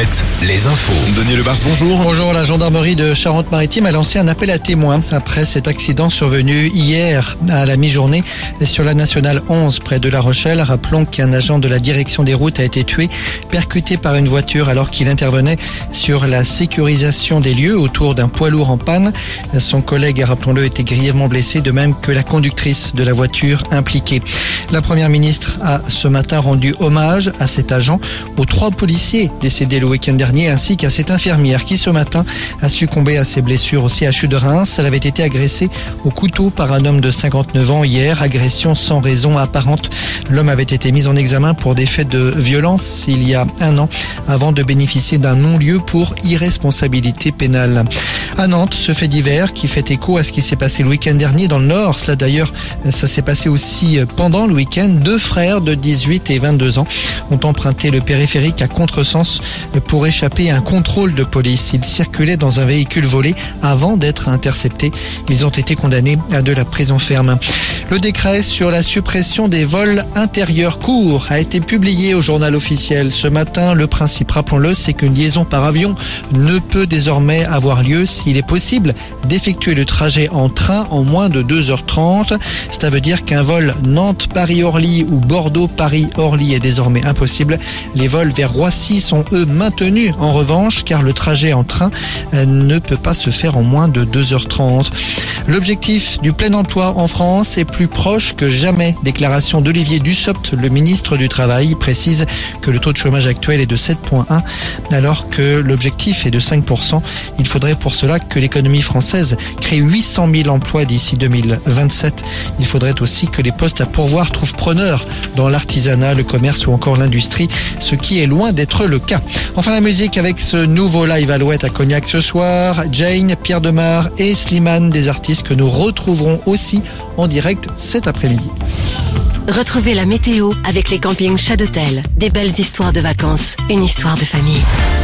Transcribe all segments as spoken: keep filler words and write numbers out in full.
Contact, les infos. Denis Lebars, bonjour. Bonjour, la gendarmerie de Charente-Maritime a lancé un appel à témoins après cet accident survenu hier à la mi-journée sur la nationale onze près de La Rochelle. Rappelons qu'un agent de la direction des routes a été tué, percuté par une voiture alors qu'il intervenait sur la sécurisation des lieux autour d'un poids lourd en panne. Son collègue, rappelons-le, était grièvement blessé, de même que la conductrice de la voiture impliquée. La première ministre a ce matin rendu hommage à cet agent, aux trois policiers décédés le week-end dernier, ainsi qu'à cette infirmière qui ce matin a succombé à ses blessures au C H U de Reims. Elle avait été agressée au couteau par un homme de cinquante-neuf ans hier, agression sans raison apparente. L'homme avait été mis en examen pour des faits de violence il y a un an, avant de bénéficier d'un non-lieu pour irresponsabilité pénale. À Nantes, ce fait divers qui fait écho à ce qui s'est passé le week-end dernier dans le Nord. Cela d'ailleurs, ça s'est passé aussi pendant le week-end. Deux frères de dix-huit et vingt-deux ans ont emprunté le périphérique à contresens pour échapper à un contrôle de police. Ils circulaient dans un véhicule volé avant d'être interceptés. Ils ont été condamnés à de la prison ferme. Le décret sur la suppression des vols intérieurs courts a été publié au journal officiel ce matin. Le principe, rappelons-le, c'est qu'une liaison par avion ne peut désormais avoir lieu s'il est possible d'effectuer le trajet en train en moins de deux heures trente. Ça veut dire qu'un vol Nantes-Paris-Orly ou Bordeaux-Paris-Orly est désormais impossible. Les vols vers Roissy sont eux maintenus en revanche, car le trajet en train ne peut pas se faire en moins de deux heures trente. L'objectif du plein emploi en France est plus proche que jamais. Déclaration d'Olivier Dussopt, le ministre du Travail, précise que le taux de chômage actuel est de sept virgule un alors que l'objectif est de cinq pour cent. Il faudrait pour cela que l'économie française crée huit cent mille emplois d'ici deux mille vingt-sept. Il faudrait aussi que les postes à pourvoir trouvent preneur dans l'artisanat, le commerce ou encore l'industrie, ce qui est loin d'être le cas. Enfin, la musique avec ce nouveau live Alouette à Cognac ce soir. Jane, Pierre Demar et Slimane, des artistes que nous retrouverons aussi en direct cet après-midi. Retrouvez la météo avec les campings Châteautel. Des belles histoires de vacances, une histoire de famille.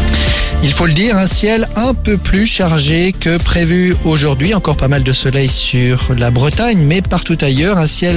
Il faut le dire, un ciel un peu plus chargé que prévu aujourd'hui. Encore pas mal de soleil sur la Bretagne, mais partout ailleurs, un ciel